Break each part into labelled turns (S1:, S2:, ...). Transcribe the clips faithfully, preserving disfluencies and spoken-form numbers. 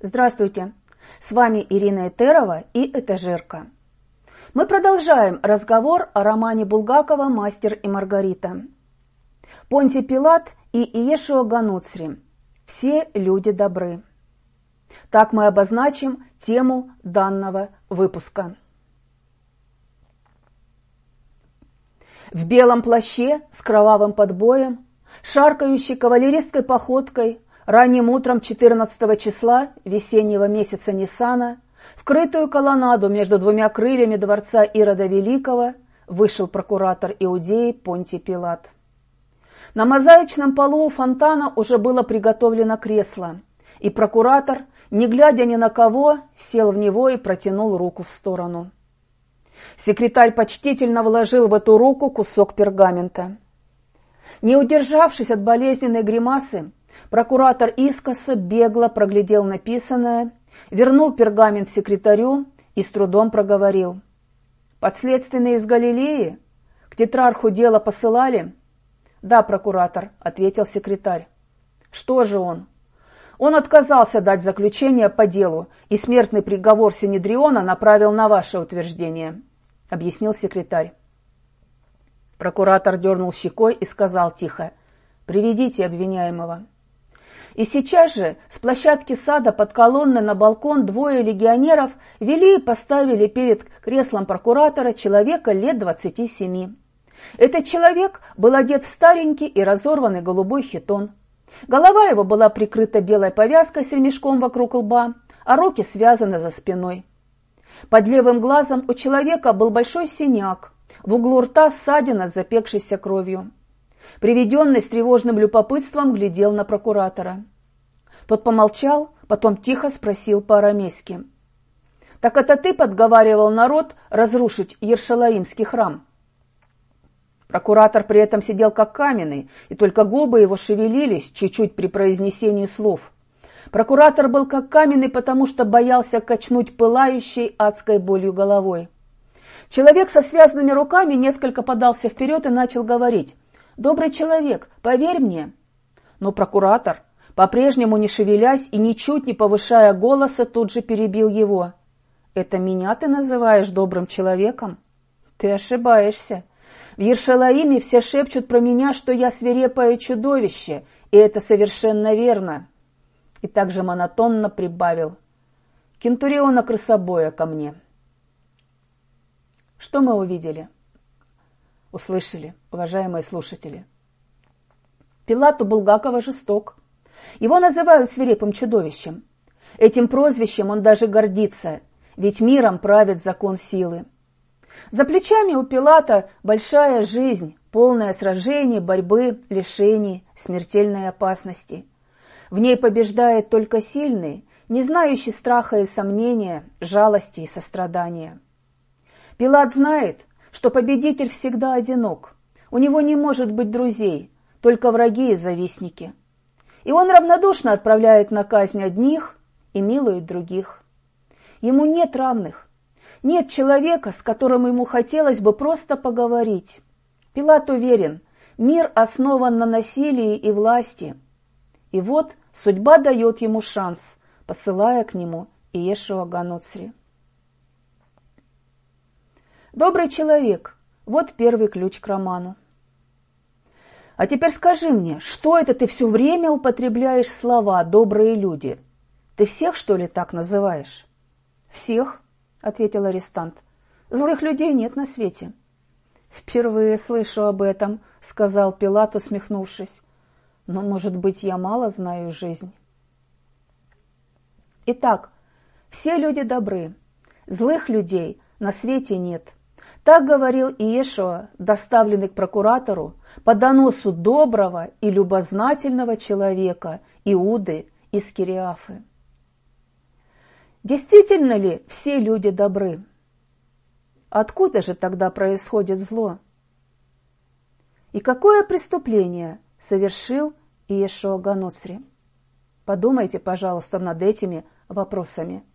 S1: Здравствуйте, с вами Ирина Этерова и Этажерка. Мы продолжаем разговор о романе Булгакова «Мастер и Маргарита». Понтий Пилат и Иешуа Ганоцри. Все люди добры. Так мы обозначим тему данного выпуска. В белом плаще с кровавым подбоем, шаркающей кавалеристской походкой, ранним утром четырнадцатого числа весеннего месяца Ниссана в крытую колоннаду между двумя крыльями дворца Ирода Великого вышел прокуратор Иудеи Понтий Пилат. На мозаичном полу у фонтана уже было приготовлено кресло, и прокуратор, не глядя ни на кого, сел в него и протянул руку в сторону. Секретарь почтительно вложил в эту руку кусок пергамента. Не удержавшись от болезненной гримасы, прокуратор искоса бегло проглядел написанное, вернул пергамент секретарю и с трудом проговорил. «Подследственные из Галилеи? К тетрарху дело посылали?» «Да, прокуратор», — ответил секретарь. «Что же он?» «Он отказался дать заключение по делу и смертный приговор Синедриона направил на ваше утверждение», — объяснил секретарь. Прокуратор дернул щекой и сказал тихо: «Приведите обвиняемого». И сейчас же с площадки сада под колонной на балкон двое легионеров вели и поставили перед креслом прокуратора человека лет двадцати семи. Этот человек был одет в старенький и разорванный голубой хитон. Голова его была прикрыта белой повязкой с ремешком вокруг лба, а руки связаны за спиной. Под левым глазом у человека был большой синяк, в углу рта ссадина с запекшейся кровью. Приведенный с тревожным любопытством глядел на прокуратора. Тот помолчал, потом тихо спросил по-арамейски: «Так это ты подговаривал народ разрушить Иершалаимский храм?» Прокуратор при этом сидел как каменный, и только губы его шевелились чуть-чуть при произнесении слов. Прокуратор был как каменный, потому что боялся качнуть пылающей адской болью головой. Человек со связанными руками несколько подался вперед и начал говорить: «Добрый человек, поверь мне». Но прокуратор, по-прежнему не шевелясь и ничуть не повышая голоса, тут же перебил его. «Это меня ты называешь добрым человеком? Ты ошибаешься. В Иершалаиме все шепчут про меня, что я свирепое чудовище, и это совершенно верно». И также монотонно прибавил: «Кентуриона крысобоя ко мне». Что мы увидели? Услышали, уважаемые слушатели. Пилат у Булгакова жесток. Его называют свирепым чудовищем. Этим прозвищем он даже гордится, ведь миром правит закон силы. За плечами у Пилата большая жизнь, полная сражений, борьбы, лишений, смертельной опасности. В ней побеждает только сильный, не знающий страха и сомнения, жалости и сострадания. Пилат знает, что победитель всегда одинок, у него не может быть друзей, только враги и завистники. И он равнодушно отправляет на казнь одних и милует других. Ему нет равных, нет человека, с которым ему хотелось бы просто поговорить. Пилат уверен, мир основан на насилии и власти. И вот судьба дает ему шанс, посылая к нему Иешуа Ганоцри. Добрый человек – вот первый ключ к роману. А теперь скажи мне, что это ты все время употребляешь слова «добрые люди»? Ты всех, что ли, так называешь? Всех, ответил арестант. Злых людей нет на свете. Впервые слышу об этом, сказал Пилат, усмехнувшись. Но, может быть, я мало знаю жизнь. Итак, все люди добры, злых людей на свете нет. Так говорил Иешуа, доставленный к прокуратору по доносу доброго и любознательного человека Иуды из Кириафы. Действительно ли все люди добры? Откуда же тогда происходит зло? И какое преступление совершил Иешуа Ганоцри? Подумайте, пожалуйста, над этими вопросами.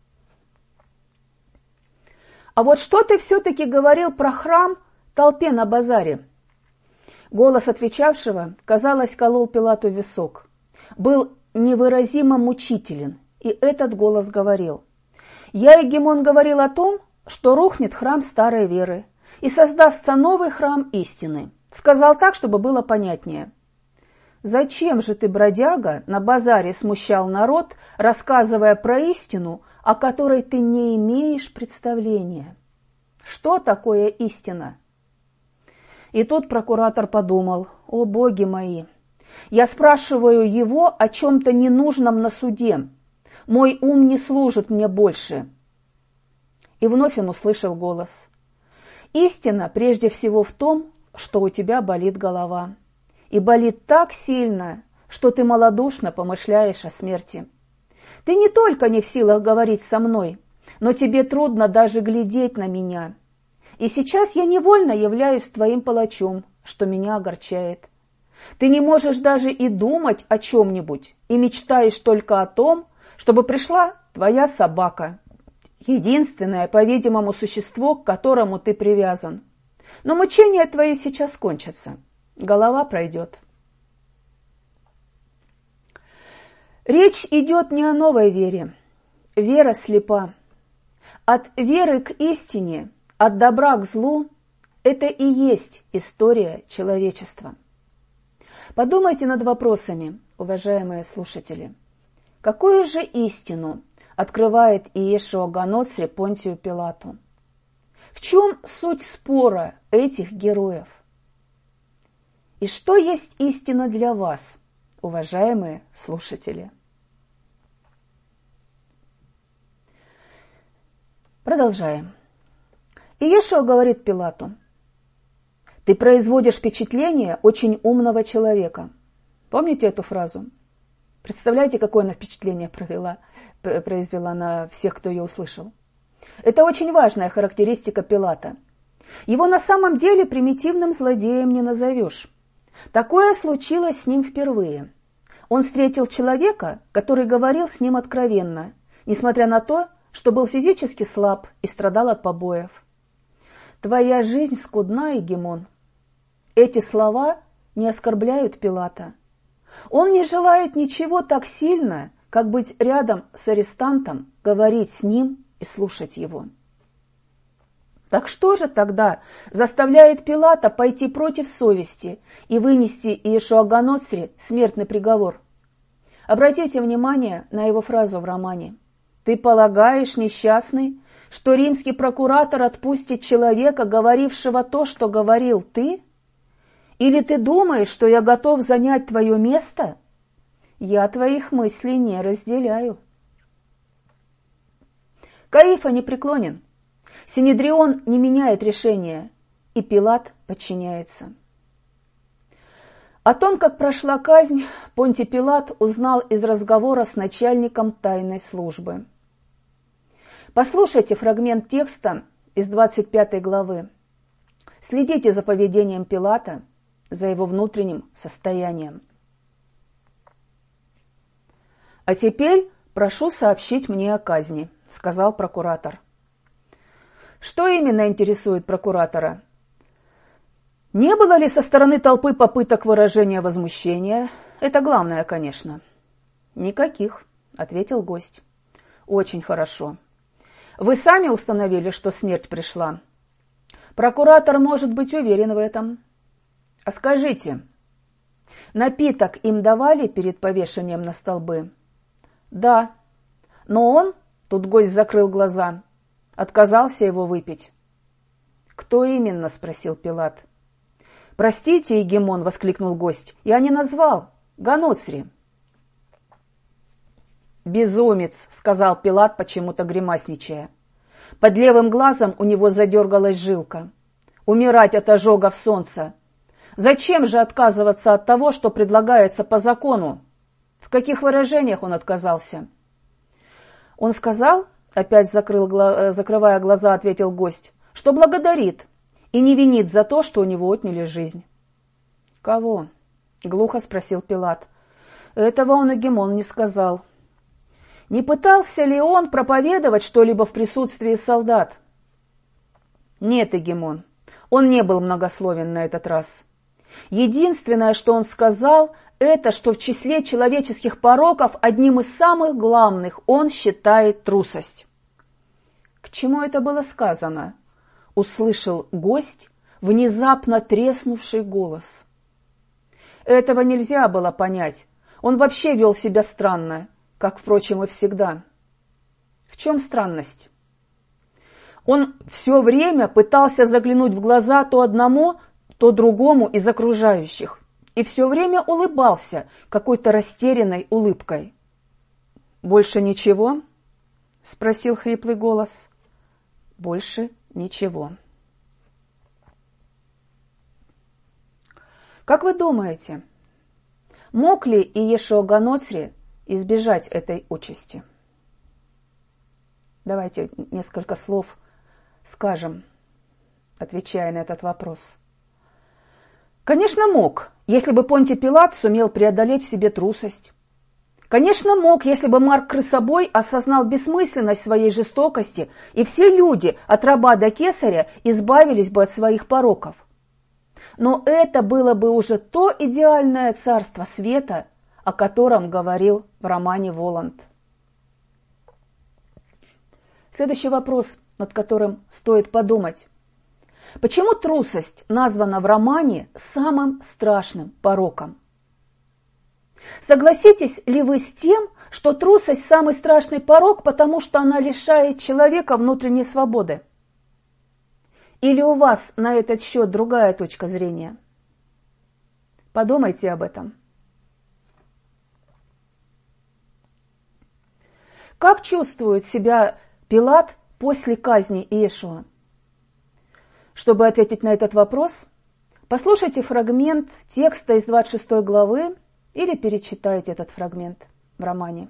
S1: А вот что ты все-таки говорил про храм толпе на базаре? Голос отвечавшего, казалось, колол Пилату в висок. Был невыразимо мучителен И этот голос говорил: «Я, Егемон, говорил о том, что рухнет храм старой веры, и создастся новый храм истины». Сказал так, чтобы было понятнее. «Зачем же ты, бродяга, на базаре смущал народ, рассказывая про истину, о которой ты не имеешь представления? Что такое истина?» И тут прокуратор подумал: «О, боги мои! Я спрашиваю его о чем-то ненужном на суде. Мой ум не служит мне больше». И вновь он услышал голос: «Истина прежде всего в том, что у тебя болит голова. И болит так сильно, что ты малодушно помышляешь о смерти. Ты не только не в силах говорить со мной, но тебе трудно даже глядеть на меня. И сейчас я невольно являюсь твоим палачом, что меня огорчает. Ты не можешь даже и думать о чем-нибудь, и мечтаешь только о том, чтобы пришла твоя собака, единственное, по-видимому, существо, к которому ты привязан. Но мучения твои сейчас кончатся, голова пройдет». Речь идет не о новой вере. Вера слепа. От веры к истине, от добра к злу – это и есть история человечества. Подумайте над вопросами, уважаемые слушатели. Какую же истину открывает Иешуа га-Ноцри Понтию Пилату? В чем суть спора этих героев? И что есть истина для вас, уважаемые слушатели? Продолжаем. Иешуа говорит Пилату: «Ты производишь впечатление очень умного человека». Помните эту фразу? Представляете, какое она впечатление провела, произвела на всех, кто ее услышал? Это очень важная характеристика Пилата. Его на самом деле примитивным злодеем не назовешь. Такое случилось с ним впервые. Он встретил человека, который говорил с ним откровенно, несмотря на то, что был физически слаб и страдал от побоев. «Твоя жизнь скудна, Егемон». Эти слова не оскорбляют Пилата. Он не желает ничего так сильно, как быть рядом с арестантом, говорить с ним и слушать его. Так что же тогда заставляет Пилата пойти против совести и вынести Иешуа га-Ноцри смертный приговор? Обратите внимание на его фразу в романе: «Ты полагаешь, несчастный, что римский прокуратор отпустит человека, говорившего то, что говорил ты? Или ты думаешь, что я готов занять твое место? Я твоих мыслей не разделяю». Каифа непреклонен. Синедрион не меняет решения, и Пилат подчиняется. О том, как прошла казнь, Понтий Пилат узнал из разговора с начальником тайной службы. Послушайте фрагмент текста из двадцать пятой главы. Следите за поведением Пилата, за его внутренним состоянием. «А теперь прошу сообщить мне о казни», — сказал прокуратор. Что именно интересует прокуратора? Не было ли со стороны толпы попыток выражения возмущения? Это главное, конечно. Никаких, ответил гость. Очень хорошо. Вы сами установили, что смерть пришла? Прокуратор может быть уверен в этом. А скажите, напиток им давали перед повешением на столбы? Да, но он, тут гость закрыл глаза, отказался его выпить. «Кто именно?» – спросил Пилат. «Простите, Егемон!» – воскликнул гость. «Я не назвал. га-Ноцри». «Безумец!» – сказал Пилат, почему-то гримасничая. Под левым глазом у него задергалась жилка. «Умирать от ожога в солнце! Зачем же отказываться от того, что предлагается по закону?» В каких выражениях он отказался? Он сказал, опять закрыл, закрывая глаза, ответил гость, что благодарит и не винит за то, что у него отняли жизнь. «Кого?» — глухо спросил Пилат. Этого он Егемон не сказал. Не пытался ли он проповедовать что-либо в присутствии солдат? Нет, Егемон, он не был многословен на этот раз. Единственное, что он сказал, это, что в числе человеческих пороков одним из самых главных он считает трусость. К чему это было сказано? Услышал гость внезапно треснувший голос. Этого нельзя было понять. Он вообще вел себя странно, как, впрочем, и всегда. В чем странность? Он все время пытался заглянуть в глаза то одному, то другому из окружающих, и все время улыбался какой-то растерянной улыбкой. «Больше ничего?» – спросил хриплый голос. «Больше ничего». Как вы думаете, мог ли Иешуа ган-Ноцри избежать этой участи? Давайте несколько слов скажем, отвечая на этот вопрос. Конечно, мог, если бы Понтий Пилат сумел преодолеть в себе трусость. Конечно, мог, если бы Марк Крысобой осознал бессмысленность своей жестокости, и все люди, от раба до кесаря, избавились бы от своих пороков. Но это было бы уже то идеальное царство света, о котором говорил в романе Воланд. Следующий вопрос, над которым стоит подумать. Почему трусость названа в романе самым страшным пороком? Согласитесь ли вы с тем, что трусость самый страшный порок, потому что она лишает человека внутренней свободы? Или у вас на этот счет другая точка зрения? Подумайте об этом. Как чувствует себя Пилат после казни Иешуа? Чтобы ответить на этот вопрос, послушайте фрагмент текста из двадцать шестой главы или перечитайте этот фрагмент в романе.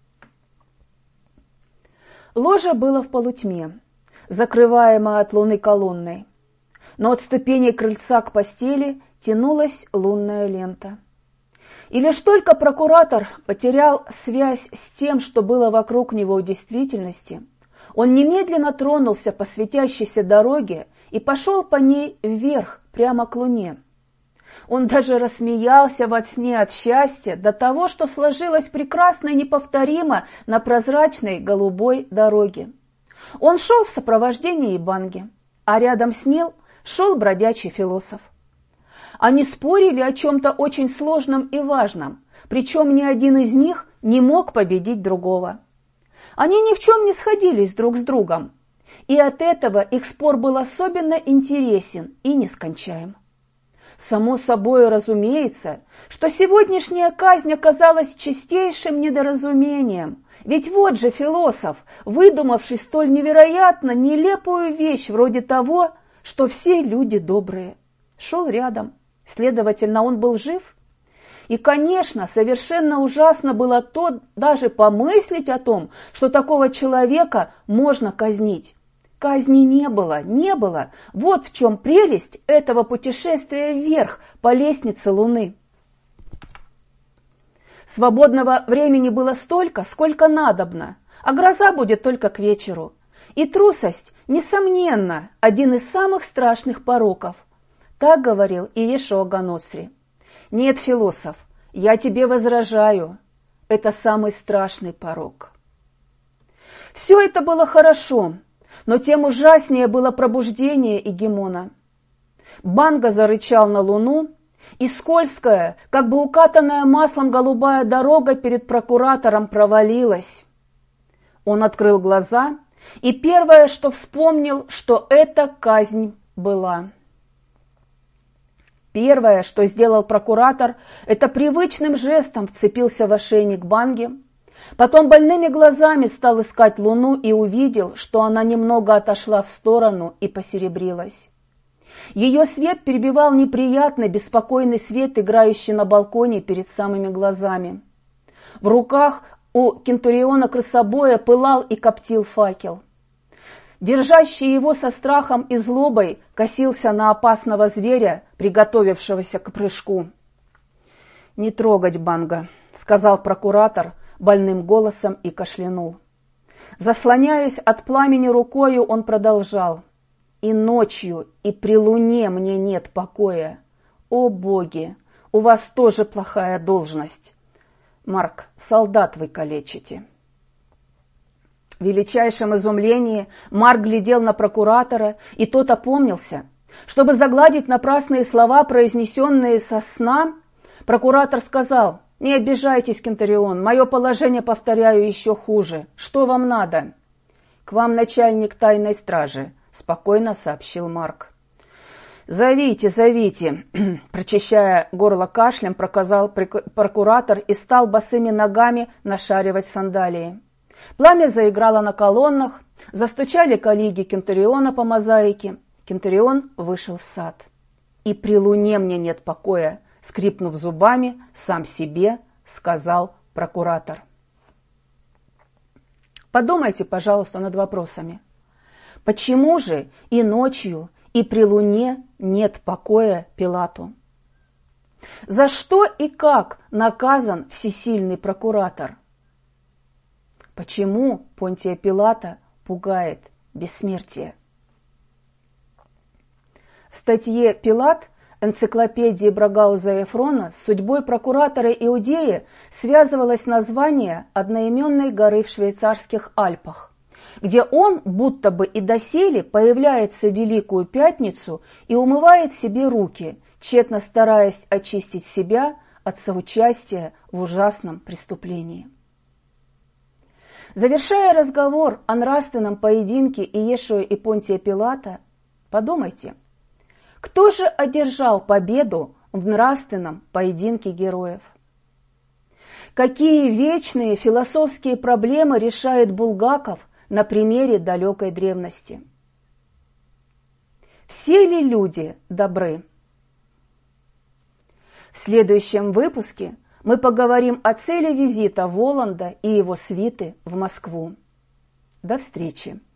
S1: Ложа было в полутьме, закрываемое от луны колонной, но от ступеней крыльца к постели тянулась лунная лента. И лишь только прокуратор потерял связь с тем, что было вокруг него в действительности, он немедленно тронулся по светящейся дороге и пошел по ней вверх, прямо к луне. Он даже рассмеялся во сне от счастья до того, что сложилось прекрасно и неповторимо на прозрачной голубой дороге. Он шел в сопровождении Ибанги, а рядом с ним шел бродячий философ. Они спорили о чем-то очень сложном и важном, причем ни один из них не мог победить другого. Они ни в чем не сходились друг с другом, и от этого их спор был особенно интересен и нескончаем. Само собой разумеется, что сегодняшняя казнь оказалась чистейшим недоразумением, ведь вот же философ, выдумавший столь невероятно нелепую вещь вроде того, что все люди добрые, шел рядом, следовательно, он был жив. И, конечно, совершенно ужасно было то даже помыслить о том, что такого человека можно казнить. Казни не было, не было. Вот в чем прелесть этого путешествия вверх по лестнице Луны. Свободного времени было столько, сколько надобно, а гроза будет только к вечеру. И трусость, несомненно, один из самых страшных пороков. Так говорил Иешуа ган-Ноцри. Нет, философ, я тебе возражаю, это самый страшный порок. Все это было хорошо, но тем ужаснее было пробуждение Игемона. Банга зарычал на луну, и скользкая, как бы укатанная маслом голубая дорога перед прокуратором провалилась. Он открыл глаза, и первое, что вспомнил, что эта казнь была. Первое, что сделал прокуратор, это привычным жестом вцепился в ошейник Банги, потом больными глазами стал искать луну и увидел, что она немного отошла в сторону и посеребрилась. Ее свет перебивал неприятный, беспокойный свет, играющий на балконе перед самыми глазами. В руках у кентуриона Крысобоя пылал и коптил факел. Держащий его со страхом и злобой косился на опасного зверя, приготовившегося к прыжку. «Не трогать Банга», — сказал прокуратор больным голосом и кашлянул. Заслоняясь от пламени рукою, он продолжал. «И ночью, и при луне мне нет покоя. О боги, у вас тоже плохая должность. Марк, солдат вы калечите. В величайшем изумлении Марк глядел на прокуратора, и тот опомнился. Чтобы загладить напрасные слова, произнесенные со сна, прокуратор сказал: «Не обижайтесь, Кентурион, мое положение, повторяю, еще хуже. Что вам надо?» «К вам начальник тайной стражи», — спокойно сообщил Марк. «Зовите, зовите», — прочищая горло кашлем, проказал прокуратор и стал босыми ногами нашаривать сандалии. Пламя заиграло на колоннах, застучали коллеги Кентуриона по мозаике. Кентурион вышел в сад. «И при луне мне нет покоя», — скрипнув зубами, сам себе сказал прокуратор. Подумайте, пожалуйста, над вопросами. Почему же и ночью, и при луне нет покоя Пилату? За что и как наказан всесильный прокуратор? Почему Понтия Пилата пугает бессмертие? В статье «Пилат» энциклопедии Брагауза и Эфрона с судьбой прокуратора Иудеи связывалось название одноименной горы в швейцарских Альпах, где он, будто бы и доселе, появляется в Великую Пятницу и умывает себе руки, тщетно стараясь очистить себя от соучастия в ужасном преступлении. Завершая разговор о нравственном поединке Иешуа и Понтия Пилата, подумайте, кто же одержал победу в нравственном поединке героев? Какие вечные философские проблемы решает Булгаков на примере далекой древности? Все ли люди добры? В следующем выпуске мы поговорим о цели визита Воланда и его свиты в Москву. До встречи!